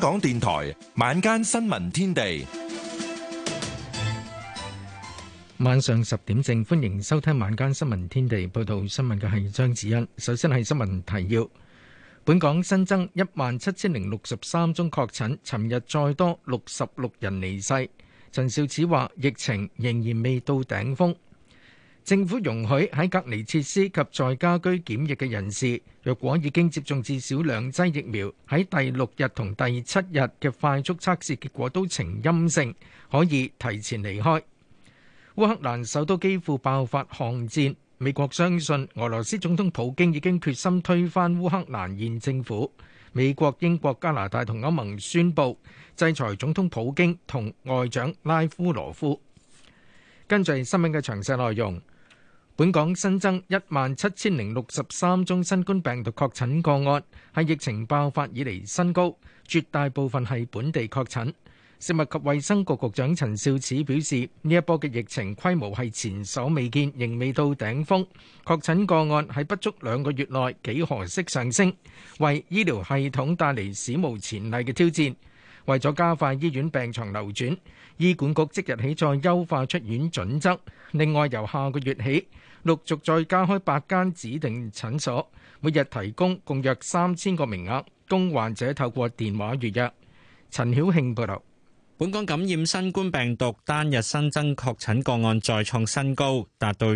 港電台晚間新聞天地， 晚上10點正，歡迎收聽晚間新聞天地。報道新聞嘅係張子欣。首先係新聞提要：本港新增17,063宗確診，尋日再多66人離世。陳肇始話：疫情仍然未到頂峰。政府容許喺隔離設施及在家居檢疫嘅人士，若果已經接種至少2劑疫苗，喺第6日同第7日嘅快速測試結果都呈陰性，可以提前離開。烏克蘭首都基輔爆發巷戰，美國相信俄羅斯總統普京已經決心推翻烏克蘭現政府。美國、英國、加拿大同歐盟宣布制裁總統普京同外長拉夫羅夫。跟住係新聞嘅詳細內容。本港新增17,063宗新冠病毒確診個案，係疫情爆發以嚟新高，絕大部分係本地確診。食物及衛生局局長陳肇始表示，呢一波嘅疫情規模係前所未見，仍未到頂峰。確診個案喺不足2個月內幾何式上升，為醫療系統帶嚟史無前例嘅挑戰。為咗加快醫院病床流轉，醫管局即日起再優化出院準則。另外，由下個月起，陸續再加開8間指定診所，每日提供共約3000個名額，供患者透過電話預約。陳曉慶報道。 本港感染新冠病毒單日新增確診個案再創新高，達到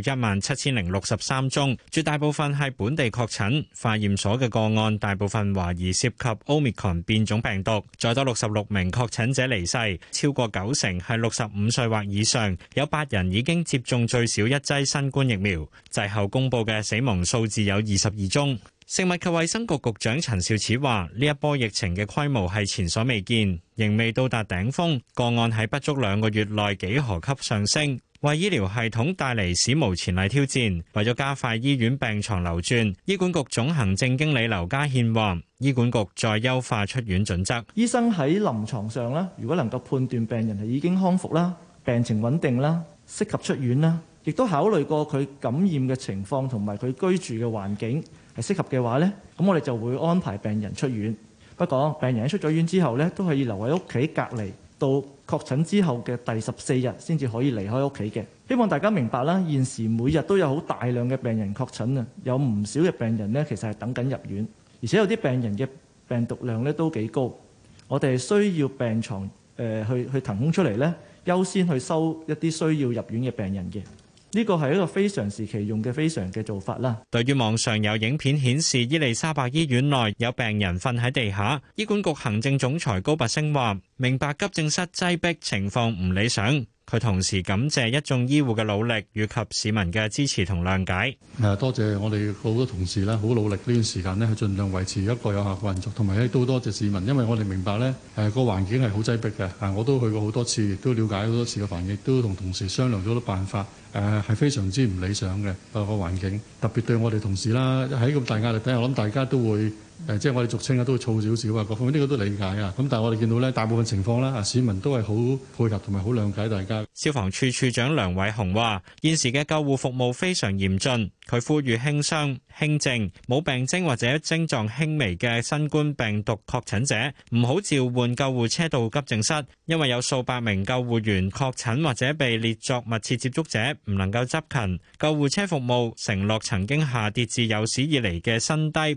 17,063宗，絕大部分係本地確診。化驗所嘅個案大部分懷疑涉及 Omicron 變種病毒。再多66名確診者離世，超過90%係65歲或以上，有8人已經接種最少1劑新冠疫苗。滯後公佈嘅死亡數字有22宗。食物及衛生局局長陳肇始話：呢一波疫情嘅規模係前所未見，仍未到達頂峰，個案喺不足2個月內幾何級上升，為醫療系統帶嚟史無前例挑戰。為咗加快醫院病床流轉，醫管局總行政經理劉家獻話：醫管局再優化出院準則。 醫生喺臨床上啦，如果能夠判斷病人係已經康復啦、病情穩定啦、適合出院啦，亦都考慮過佢感染嘅情況同埋佢居住嘅環境係適合嘅話呢，咁我哋就會安排病人出院。不過病人喺出咗院之後呢，都係要留喺屋企隔離到確診之後嘅第14日先至可以離開屋企嘅。希望大家明白啦，現時每日都有好大量嘅病人確診啊，有唔少嘅病人呢，其實係等緊入院，而且有啲病人嘅病毒量呢都幾高。我哋係需要病床去騰空出嚟呢，優先去收一啲需要入院嘅病人嘅。呢個係一個非常時期用嘅非常嘅做法啦。 對於網上有影片顯示伊利沙伯醫院內有病人瞓喺地下，醫管局行政總裁高拔陞話：明白急症室擠迫情況唔理想。佢同時感謝一眾醫護嘅努力，以及市民嘅支持同諒解。 多謝我哋好多同事啦，好努力呢段時間呢，去盡量維持一個有效嘅運作，同埋亦都多謝市民，因為我哋明白呢個環境係好擠迫嘅。我都去過好多次，亦都了解好多次嘅環境，亦都同同事商量咗好多辦法。係非常之唔理想嘅個環境，特別對我哋同事啦，喺咁大壓力底下，我諗大家都會即係我哋俗稱都會燥少少啊，各方面呢個都理解啊。咁但係我哋見到呢，大部分情況啦，市民都係好配合同埋好諒解大家。 消防處處長梁偉雄話：現時嘅救護服務非常嚴峻，佢呼籲輕傷、輕症、冇病徵或者症狀輕微嘅新冠病毒確診者唔好召喚救護車到急症室，因為有數百名救護員確診或者被列作密切接觸者，唔能夠執勤。救護車服務承諾曾經下跌至有史以嚟嘅新低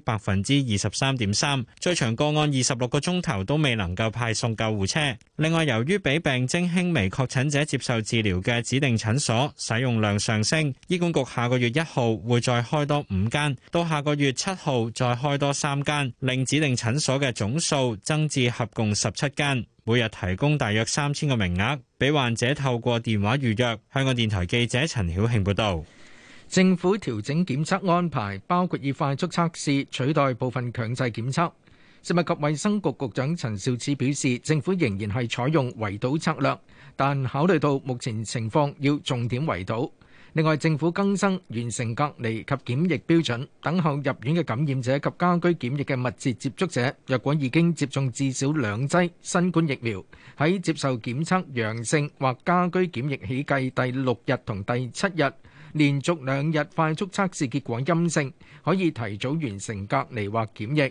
23.3%，最長個案26個鐘頭都未能夠派送救護車。另外，由於俾病徵輕微確診者接受治療嘅指定診所使用量上升，醫管局下個月1號會再開多5間，到下個月7號再開多3間，令指定診所嘅總數增至合共17間，每日提供大約3000個名額，俾患者透過電話預約。香港電台記者陳曉慶報導。 政府調整檢測安排，包括以快速測試取代部分強制檢測。食物及衛生局局長陳肇始表示，政府仍然係採用圍堵策略，但考慮到目前情況，要重點圍堵。另外，政府更新完成隔離及檢疫標準，等候入院嘅感染者及家居檢疫嘅密切接觸者，若果已經接種至少2劑新冠疫苗，喺接受檢測陽性或家居檢疫起計第6日同第7日，連續2日快速測試結果陰性，可以提早完成隔離或檢疫。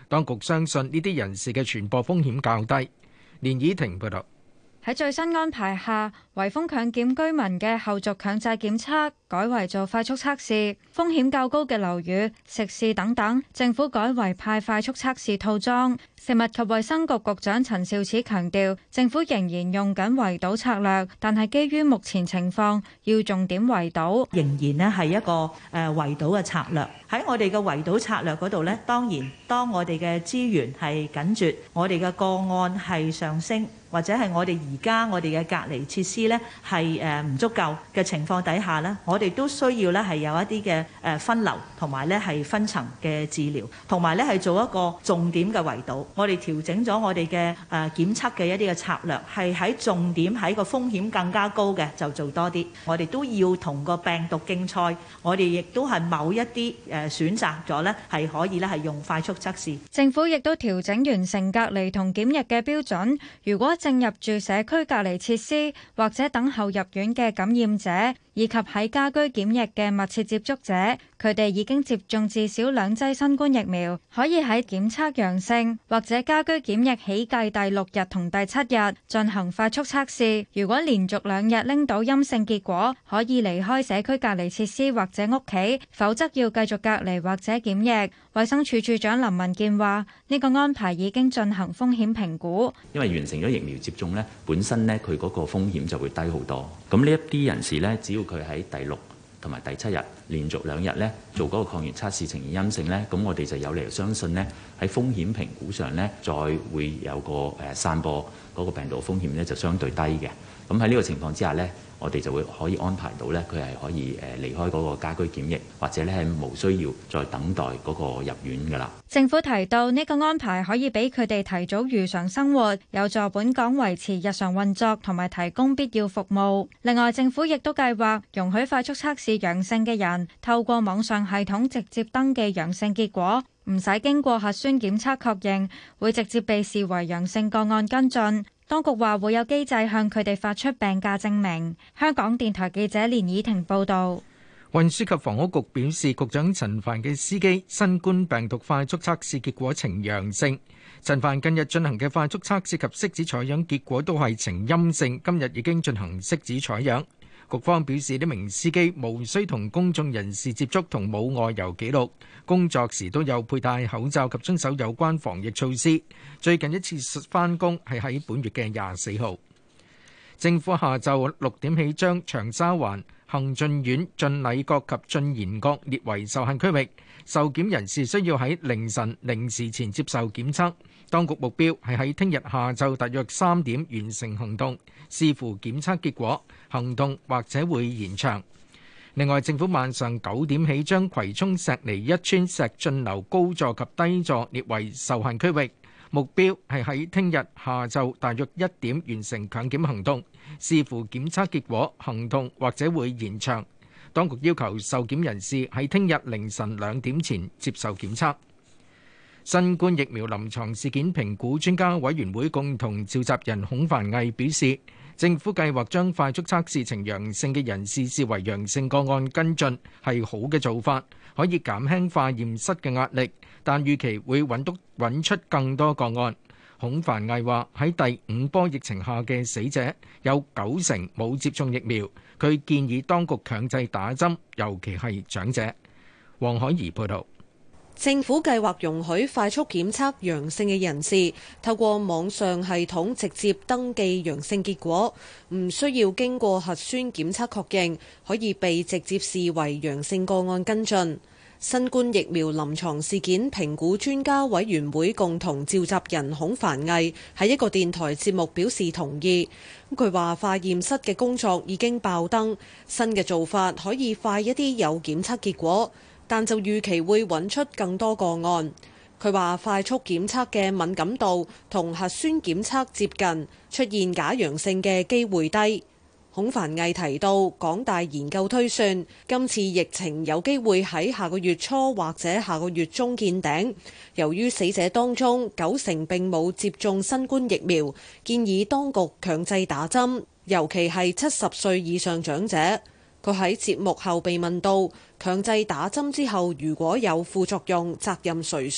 當局相信呢啲人士嘅傳播風險較低。連倚婷報道。 喺最新安排下，圍封強檢居民嘅後續強制檢測改為做快速測試，風險較高嘅樓宇、食肆等等，政府改為派快速測試套裝。食物及衛生局局長陳肇始強調，政府仍然用緊圍堵策略，但係基於目前情況，要重點圍堵。 仍然咧係一個圍堵嘅策略。喺我哋嘅圍堵策略嗰度呢，當然當我哋嘅資源係緊絀，我哋嘅個案係上升，或者係我哋而家我哋嘅隔離設施呢係唔足夠嘅情況底下呢，我哋都需要呢係有一啲嘅分流同埋呢係分層嘅治療，同埋呢係做一個重點嘅圍堵。我哋調整咗我哋嘅檢測嘅一啲嘅策略，係喺重點喺個風險更加高嘅就做多啲。我哋都要同個病毒競賽，我哋亦都係某一啲選擇咗呢係可以呢係用快速測試。 政府亦都調整完成隔離同檢疫嘅標準，如果正入住社區隔離設施或者等候入院嘅感染者，以及喺家居檢疫嘅密切接觸者，佢哋已經接種至少2劑新冠疫苗，可以喺檢測陽性或者家居檢疫起計第6日同第7日進行快速測試。如果連續2日拎到陰性結果，可以離開社區隔離設施或者屋企，否則要繼續隔離或者檢疫。衛生署署長林文健話：呢個安排已經進行風險評估， 因為完成咗疫苗接種呢，本身呢，佢嗰個風險就會低好多。咁呢一啲人士呢，只要佢喺第6同埋第7日連續2日呢做嗰個抗原測試呈現陰性呢，咁我哋就有理由相信呢，喺風險評估上呢，再會有個散播嗰個病毒風險呢，就相對低嘅。咁喺呢個情況之下呢，我哋就會可以安排到呢，佢係可以離開嗰個家居檢疫，或者呢係無需要再等待嗰個入院㗎啦。 政府提到呢個安排可以俾佢哋提早如常生活，有助本港維持日常運作同埋提供必要服務。另外，政府亦都計劃容許快速測試陽性嘅人透過網上系統直接登記陽性結果，唔使經過核酸檢測確認，會直接被視為陽性個案跟進。當局話會有機制向佢哋發出病假證明。香港電台記者連倚婷報導。 運輸及房屋局表示，局長陳帆嘅司機新冠病毒快速測試結果呈陽性。陳帆近日進行嘅快速測試及拭子採樣結果都係呈陰性，今日已經進行拭子採樣。局方表示，呢名司機無需同公眾人士接觸同冇外遊記錄，工作時都有佩戴口罩及遵守有關防疫措施。最近一次返工係喺本月嘅24號。政府下晝6點起將長沙灣恒俊苑、俊禮閣及俊賢閣列為受限區域，受檢人士需要喺凌晨0時前接受檢測。當局目標係喺聽日下晝大約3點完成行動，視乎檢測結果，行動或者會延長。另外，政府晚上9點起將葵涌石籬一村石俊樓高座及低座列為受限區域，目標係喺聽日下晝大約1點完成強檢行動，視乎檢測結果，行動或者會延長。當局要求受檢人士喺聽日凌晨2點前接受檢測。新冠疫苗臨床事件評估專家委員會共同召集人孔繁毅表示，政府計劃將快速測試呈陽性嘅人士視為陽性個案跟進，係好嘅做法，可以減輕化驗室嘅壓力，但預期會揾出更多個案。孔繁毅話：喺第5波疫情下嘅死者有90%冇接種疫苗，佢建議當局強制打針，尤其係長者。黃海怡報導。 政府計劃容許快速檢測陽性嘅人士透過網上系統直接登記陽性結果，唔需要經過核酸檢測確認，可以被直接視為陽性個案跟進。新冠疫苗臨床事件評估專家委員會共同召集人孔繁毅喺一個電台節目表示同意。佢話化驗室嘅工作已經爆燈，新嘅做法可以快一啲有檢測結果，但就預期會揾出更多個案。佢話快速檢測嘅敏感度同核酸檢測接近，出現假陽性嘅機會低。孔繁毅提到，港大研究推算，今次疫情有機會喺下個月初或者下個月中見頂。由於死者當中90%並冇接種新冠疫苗，建議當局強制打針，尤其係70歲以上長者。佢喺節目後被問到，強制打針之後如果有副作用，責任誰屬？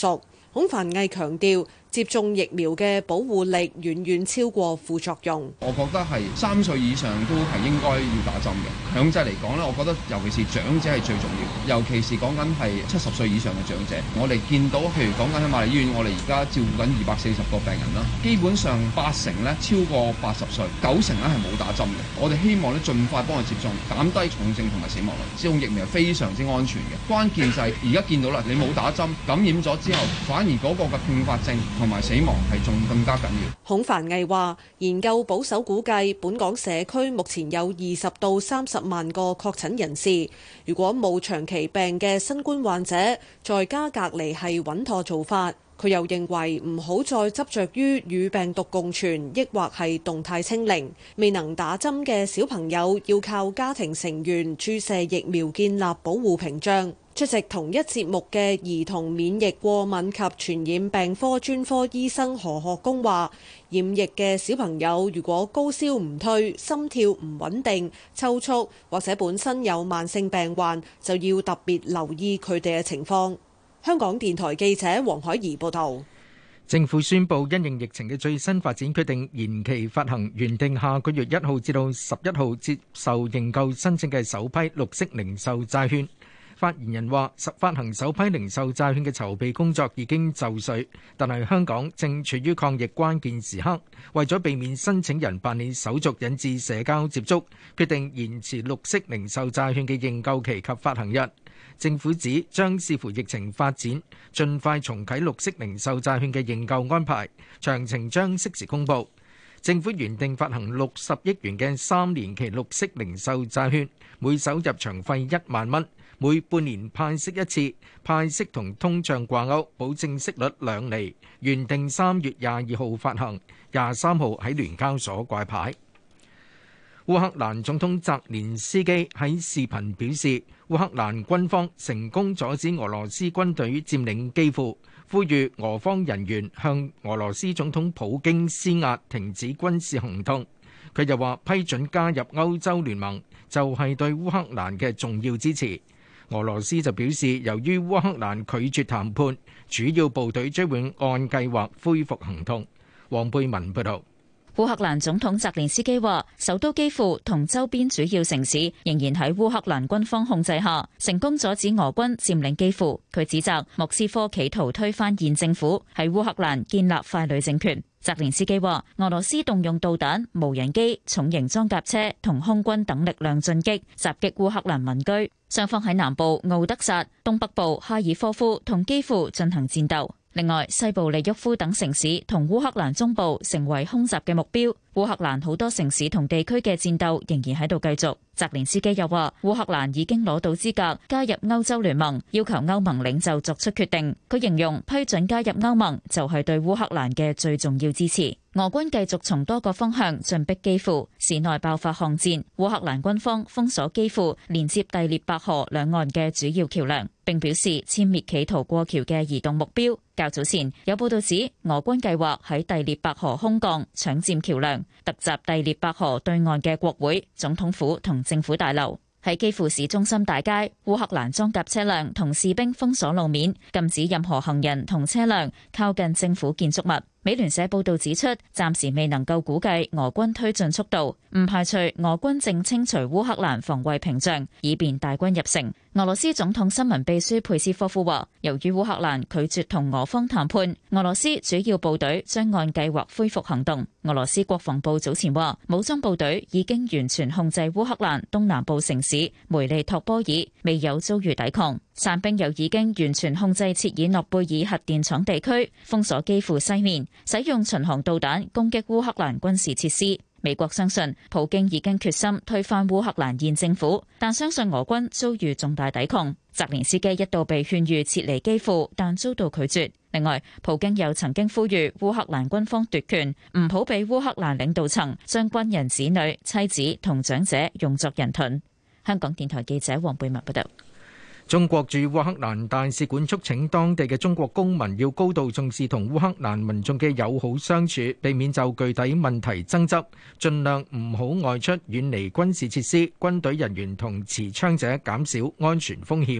孔繁毅強調，接種疫苗嘅保護力遠遠超過副作用。 我覺得係3歲以上都係應該要打針嘅。強制嚟講呢，我覺得尤其是長者係最重要，尤其是講緊係70歲以上嘅長者。我哋見到，譬如講緊喺瑪麗醫院，我哋而家照顧緊240個病人啦，基本上80%呢超過80歲，90%呢係冇打針嘅。我哋希望呢盡快幫佢接種，減低重症同埋死亡率。接種疫苗係非常之安全嘅，關鍵就係而家見到啦，你冇打針，感染咗之後，反而嗰個嘅併發症同埋死亡係仲更加緊要。 孔繁毅話：研究保守估計，本港社區目前有20到30萬個確診人士。如果冇長期病嘅新冠患者，在家隔離係穩妥做法。佢又認為唔好再執着於與病毒共存，抑或係動態清零。未能打針嘅小朋友要靠家庭成員注射疫苗建立保護屏障。出席同一節目嘅兒童免疫過敏及傳染病科專科醫生何學工話，染疫嘅小朋友如果高燒唔退、心跳唔穩定、抽搐或者本身有慢性病患，就要特別留意佢哋嘅情況。香港電台記者黃海怡報道。 政府宣布因應疫情嘅最新發展，決定延期發行原定下個月1號至到11號接受認購申請嘅首批綠色零售債券。發言人話，發行首批零售債券嘅籌備工作已經就緒，但係香港正處於抗疫關鍵時刻，為咗避免申請人辦理手續引致社交接觸，決定延遲綠色零售債券嘅認購期及發行日。政府指將視乎疫情發展，盡快重啟綠色零售債券嘅認購安排，詳情將適時公佈。政府原定發行60億元嘅3年期綠色零售債券，每手入場費1萬蚊，每半年派息一次，派息同通脹掛鈎，保證息率2厘。原定3月22號發行，23號喺聯交所掛牌。烏克蘭總統澤連斯基喺視頻表示，烏克蘭軍方成功阻止俄羅斯軍隊佔領基輔，呼籲俄方人員向俄羅斯總統普京施壓，停止軍事行動。佢又話，批准加入歐洲聯盟就係對烏克蘭嘅重要支持。俄羅斯就表示，由於烏克蘭拒絕談判，主要部隊將會按計劃恢復行動。黃貝文報導。 烏克蘭總統澤連斯基話，首都基輔同周邊主要城市仍然喺烏克蘭軍方控制下，成功阻止俄軍佔領基輔。佢指責莫斯科企圖推翻現政府，喺烏克蘭建立傀儡政權。澤連斯基話，俄羅斯動用導彈、無人機、重型裝甲車同空軍等力量進擊，襲擊烏克蘭民居。雙方喺南部敖德薩、東北部哈爾科夫同基輔進行戰鬥。另外，西部利沃夫等城市同烏克蘭中部成為空襲嘅目標。烏克蘭好多城市同地區嘅戰鬥仍然喺度繼續。澤連斯基又話，烏克蘭已經攞到資格加入歐洲聯盟，要求歐盟領袖作出決定。佢形容批准加入歐盟就係對烏克蘭嘅最重要支持。俄軍繼續從多個方向進逼基輔，市內爆發巷戰。烏克蘭軍方封鎖基輔連接第聶伯河兩岸嘅主要橋樑，並表示殲滅企圖過橋嘅移動目標。較早前有報道指，俄軍計劃喺第聶伯河空降搶佔橋樑，突襲第聶伯河對岸嘅國會、總統府同政府大樓。喺基輔市中心大街，烏克蘭裝甲車輛同士兵封鎖路面，禁止任何行人同車輛靠近政府建築物。美聯社報道指出，暫時未能夠估計俄軍推進速度，唔排除俄軍正清除烏克蘭防衛屏障，以便大軍入城。俄羅斯總統新聞秘書佩斯科夫話，由於烏克蘭拒絕同俄方談判，俄羅斯主要部隊將按計劃恢復行動。俄羅斯國防部早前話，武裝部隊已經完全控制烏克蘭東南部城市梅利托波爾，未有遭遇抵抗。傘兵又已經完全控制切爾諾貝爾核電廠地區，封鎖基輔西面，使用巡航導彈攻擊烏克蘭軍事設施。美國相信普京已經決心推翻烏克蘭現政府，但相信俄軍遭遇重大抵抗。澤連斯基一度被勸喻撤離基輔，但遭到拒絕。另外，普京又曾經呼籲烏克蘭軍方奪權，唔好俾烏克蘭領導層將軍人子女、妻子同長者用作人盾。香港電台記者黃貝文報道。 中國駐烏克蘭大使館促請當地嘅中國公民要高度重視同烏克蘭民眾嘅友好相處，避免就具體問題爭執，盡量唔好外出，遠離軍事設施、軍隊人員同持槍者，減少安全風險。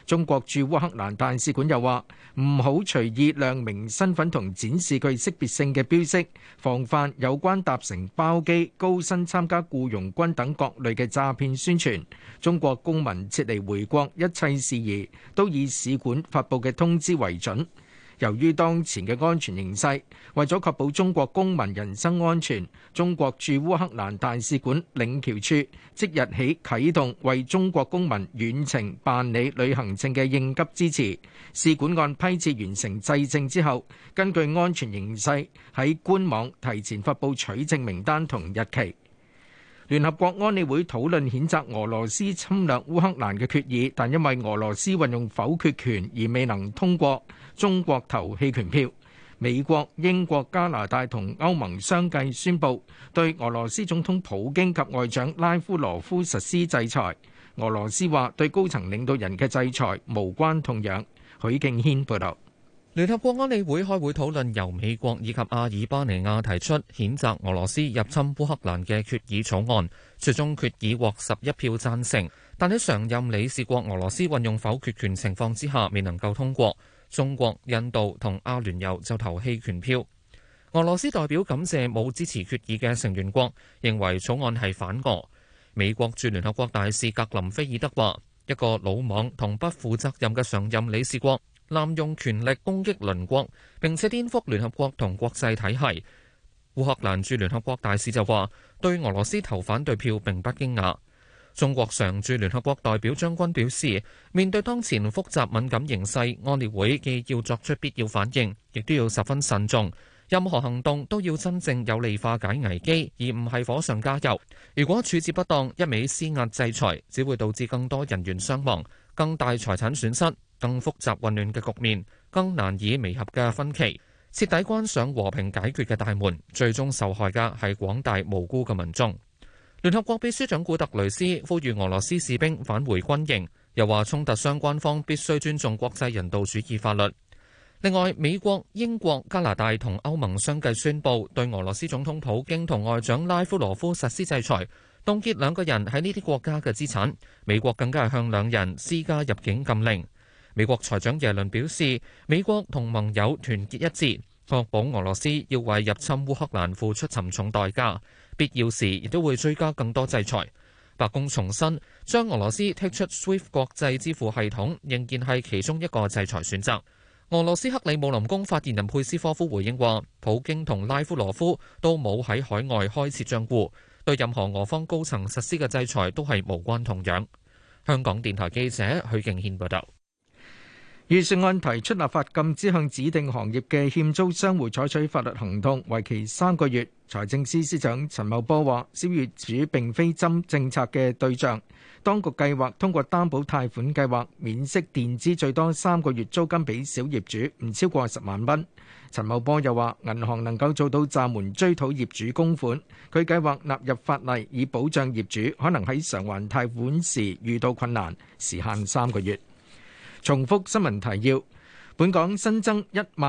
中國駐烏克蘭大使館又話唔好隨意亮明身份同展示具識別性嘅標識，防範有關搭乘包機、高薪參加僱傭軍等各類嘅詐騙宣傳。中國公民撤離回國一切事宜都以使館發布嘅通知為準。由於當前嘅安全形勢，為咗確保中國公民人身安全，中國駐烏克蘭大使館領僑處即日起啟動為中國公民遠程辦理旅行證嘅應急支持。使館按批次完成制證之後，根據安全形勢喺官網提前發布取證名單同日期。聯合國安理會討論譴責俄羅斯侵略烏克蘭嘅決議，但因為俄羅斯運用否決權而未能通過，中國投棄權票。美國、英國、加拿大同歐盟相繼宣布對俄羅斯總統普京及外長拉夫羅夫實施制裁。俄羅斯話對高層領導人嘅制裁無關痛癢。許敬軒報導。 聯合國安理會開會討論由美國以及阿爾巴尼亞提出譴責俄羅斯入侵烏克蘭嘅決議草案，最終決議獲11票贊成，但喺常任理事國俄羅斯運用否決權情況之下未能夠通過。中國、印度同阿聯酋就投棄權票。俄羅斯代表感謝冇支持決議嘅成員國，認為草案係反俄。美國駐聯合國大使格林菲爾德話：一個魯莽同不負責任嘅常任理事國濫用權力攻擊鄰國，並且顛覆聯合國同國際體系。烏克蘭駐聯合國大使就話：對俄羅斯投反對票並不驚訝。中國常駐聯合國代表張軍表示，面對當前複雜敏感形勢，安理會既要作出必要反應，亦都要十分慎重。任何行動都要真正有利化解危機，而唔係火上加油。如果處置不當，一味施壓制裁，只會導致更多人員傷亡、更大財產損失、更複雜混亂嘅局面、更難以彌合嘅分歧，徹底關上和平解決嘅大門，最終受害嘅係廣大無辜嘅民眾。聯合國秘書長古特雷斯呼籲俄羅斯士兵返回軍營，又話衝突相關方必須尊重國際人道主義法律。另外，美國、英國、加拿大同歐盟相繼宣布對俄羅斯總統普京同外長拉夫羅夫實施制裁，凍結兩個人喺呢啲國家嘅資產。美國更加係向兩人施加入境禁令。美國財長耶倫表示，美國同盟友團結一致，確保俄羅斯要為入侵烏克蘭付出沉重代價，必要時亦都會追加更多制裁。白宮重申，將俄羅斯剔出 SWIFT 國際支付系統仍然係其中一個制裁選擇。俄羅斯克里姆林宮發言人佩斯科夫回應話，普京同拉夫羅夫都冇喺海外開設賬戶，對任何俄方高層實施嘅制裁都係無關痛癢。香港電台記者許敬軒報道。 預算案提出立法禁止向指定行業嘅欠租商戶採取法律行動，為期3個月。財政司司長陳茂波話：小業主並非針政策嘅對象，當局計劃通過擔保貸款計劃免息墊資最多3個月租金俾小業主，唔超過10萬蚊。陳茂波又話：銀行能夠做到暫緩追討業主供款，佢計劃納入法例以保障業主可能喺償還貸款時遇到困難，時限3個月。重複新聞提要：本港新增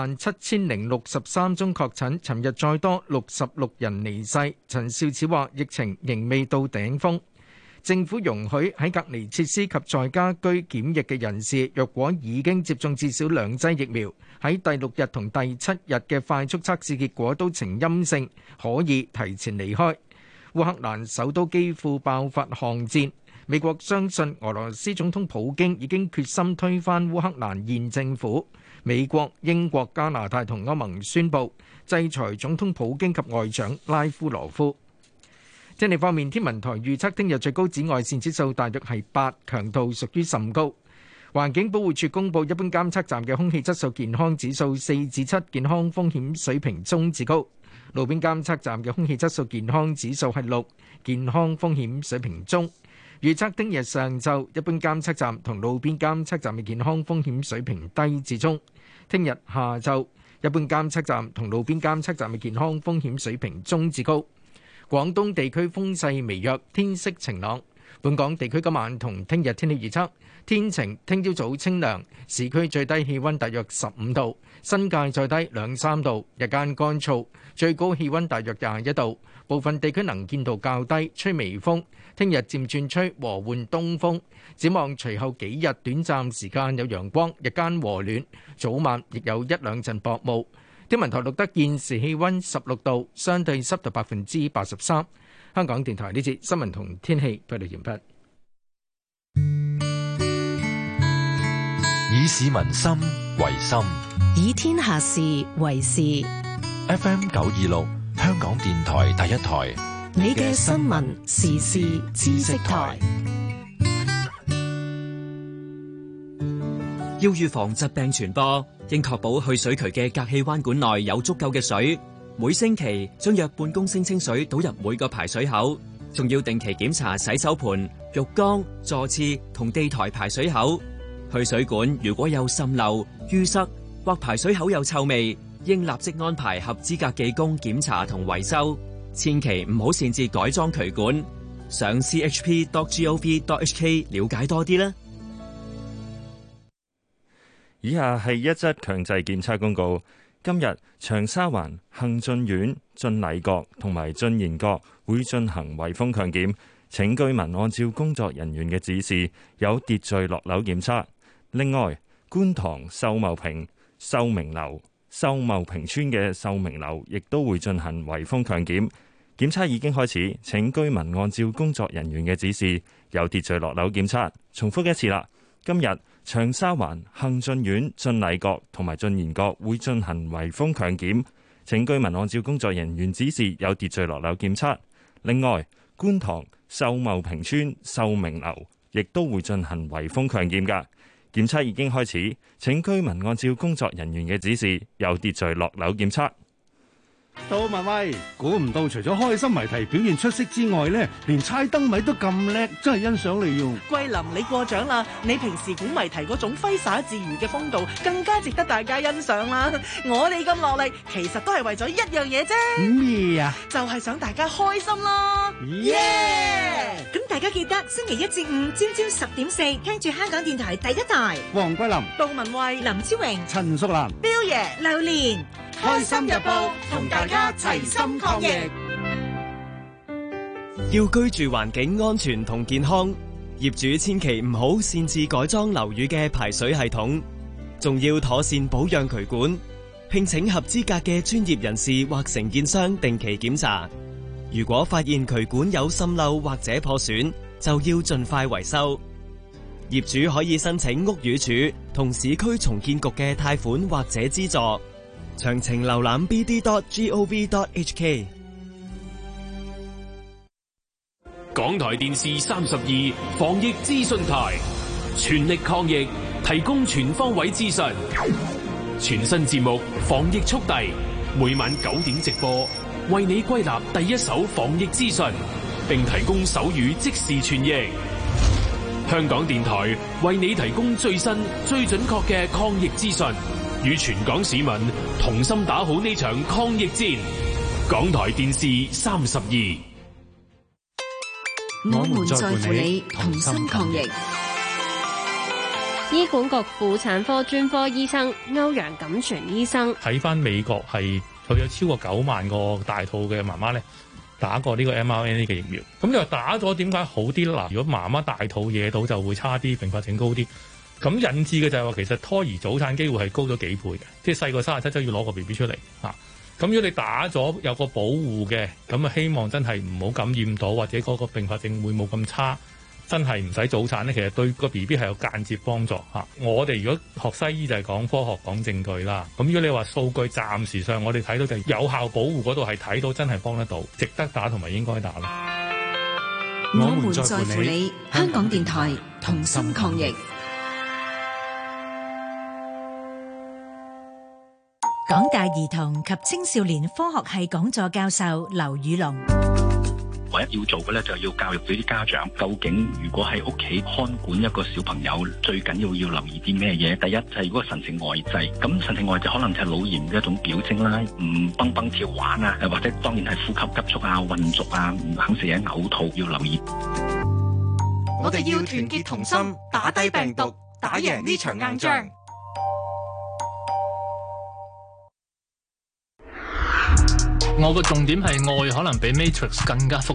17,063宗確診，尋日再多66人離世。陳肇始話：疫情仍未到頂峰，政府容許喺隔離設施及在家居檢疫嘅人士，若果已經接種至少2劑疫苗，喺第6日同第7日嘅快速測試結果都呈陰性，可以提前離開。烏克蘭首都基輔爆發巷戰。美國相信俄羅斯總統普京已經決心推翻烏克蘭現政府。美國、英國、加拿大同歐盟宣布制裁總統普京及外長拉夫羅夫。天氣方面，天文台預測聽日最高紫外線指數大約係8，強度屬於甚高。環境保護署公布一般監測站嘅空氣質素健康指數4至7，健康風險水平中至高。路邊監測站嘅空氣質素健康指數係6，健康風險水平中。預測聽日上晝一般監測站同路邊監測站嘅健康風險水平低至中。聽日下晝一般監測站同路邊監測站嘅健康風險水平中至高。廣東地區風勢微弱，天色晴朗。 本港地區今晚同聽日天氣預測，天晴，聽朝早清涼，市區最低氣溫大約15度，新界再低2-3度，日間乾燥，最高氣溫大約21度，部分地區能見度較低，吹微風。聽日漸轉吹和緩東風，展望隨後幾日短暫時間有陽光，日間和暖，早晚亦有1-2陣薄霧。天文台錄得現時氣溫16度，相對濕度83%。香港電台呢節新聞同天氣報道完畢。 以市民心為心， 以天下事為事。 FM 926，香港電台第一台， 你嘅新聞時事知識台。 要預防疾病傳播，應確保去水渠嘅隔氣彎管內有足夠嘅水。每星期將約半公升清水倒入每個排水口，仲要定期檢查洗手盆、浴缸、座廁同地台排水口。去水管如果有滲漏、淤塞或排水口有臭味，應立即安排合資格技工檢查同維修。千祈唔好擅自改裝渠管。上 chp.gov.hk 了解多啲啦。 以下係一則強制檢測公告。今日長沙灣幸進苑、進禮閣同埋進賢閣會進行圍封強檢，請居民按照工作人員嘅指示有秩序落樓檢測。另外，觀塘秀茂坪秀明樓、秀茂坪村嘅秀明樓亦都會進行圍封強檢，檢測已經開始，請居民按照工作人員嘅指示有秩序落樓檢測。重複一次啦，今日長沙灣幸進苑、進禮閣同埋進賢閣會進行圍封強檢，請居民按照工作人員指示有秩序落樓檢測。另外，觀塘秀茂坪村秀明樓亦都會進行圍封強檢㗎，檢測已經開始，請居民按照工作人員嘅指示有秩序落樓檢測。 杜文蔚，估唔到除咗開心謎題表現出色之外呢，連猜燈謎都咁叻，真係欣賞你用。 桂林，你過獎啦！你平時估謎題嗰種揮灑自如嘅風度，更加值得大家欣賞啦。我哋咁落力，其實都係為咗一樣嘢啫。 咩啊？ 就係想大家開心咯。耶！ 咁大家記得星期1至5朝朝10:4，聽住香港電台第一台。 黃桂林、 杜文蔚、 林超榮、 陳淑蘭、 彪爺、 榴蓮。 開心日報同大家齊心抗疫。 要居住環境安全同健康，業主千祈唔好擅自改裝樓宇嘅排水系統，仲要妥善保養渠管，聘請合資格嘅專業人士或承建商定期檢查。如果發現渠管有滲漏或者破損，就要盡快維修。業主可以申請屋宇署同市區重建局嘅貸款或者資助。詳情瀏覽 bd.gov.hk。 港台電視32防疫資訊台，全力抗疫，提供全方位資訊。全新節目防疫速遞，每晚9點直播，為你歸納第一手防疫資訊，並提供手語即時傳譯。香港電台為你提供最新、最準確嘅抗疫資訊。與全港市民同心打好呢場抗疫戰。港台電視32， 我們在乎你，同心抗疫。 醫管局婦產科專科醫生歐陽錦泉醫生， 睇翻美國係佢有超過9萬個大肚嘅媽媽咧打過呢個 mRNA 嘅疫苗。咁你話打咗點解好啲啦？如果媽媽大肚惹到就會差啲，併發症高啲。咁引致嘅就係話，其實胎兒早產機會係高咗幾倍嘅，即係細個37周要攞個 BB 出嚟嚇。咁如果你打咗有個保護嘅，咁啊希望真係唔好感染到，或者嗰個併發症會冇咁差，真係唔使早產咧。其實對個 BB 係有間接幫助嚇。我哋如果學西醫就係講科學講證據啦。咁如果你話數據暫時上我哋睇到就有效保護嗰度係睇到真係幫得到，值得打同埋應該打啦。 我們在乎你，香港電台同心抗疫。港大兒童及青少年科學系講座教授劉宇龍， 唯一要做嘅咧，就要教育到啲家長，究竟如果喺屋企看管一個小朋友，最緊要留意啲咩嘢？第一就係如果神情呆滯，咁神情呆滯可能就係腦炎嘅一種表徵啦，唔蹦蹦跳玩啊，或者當然係呼吸急促啊、混濁啊、唔肯食嘢、嘔吐，要留意。 我哋要團結同心，打低病毒，打贏呢場硬仗。 我個重點係愛可能比 Matrix 更加複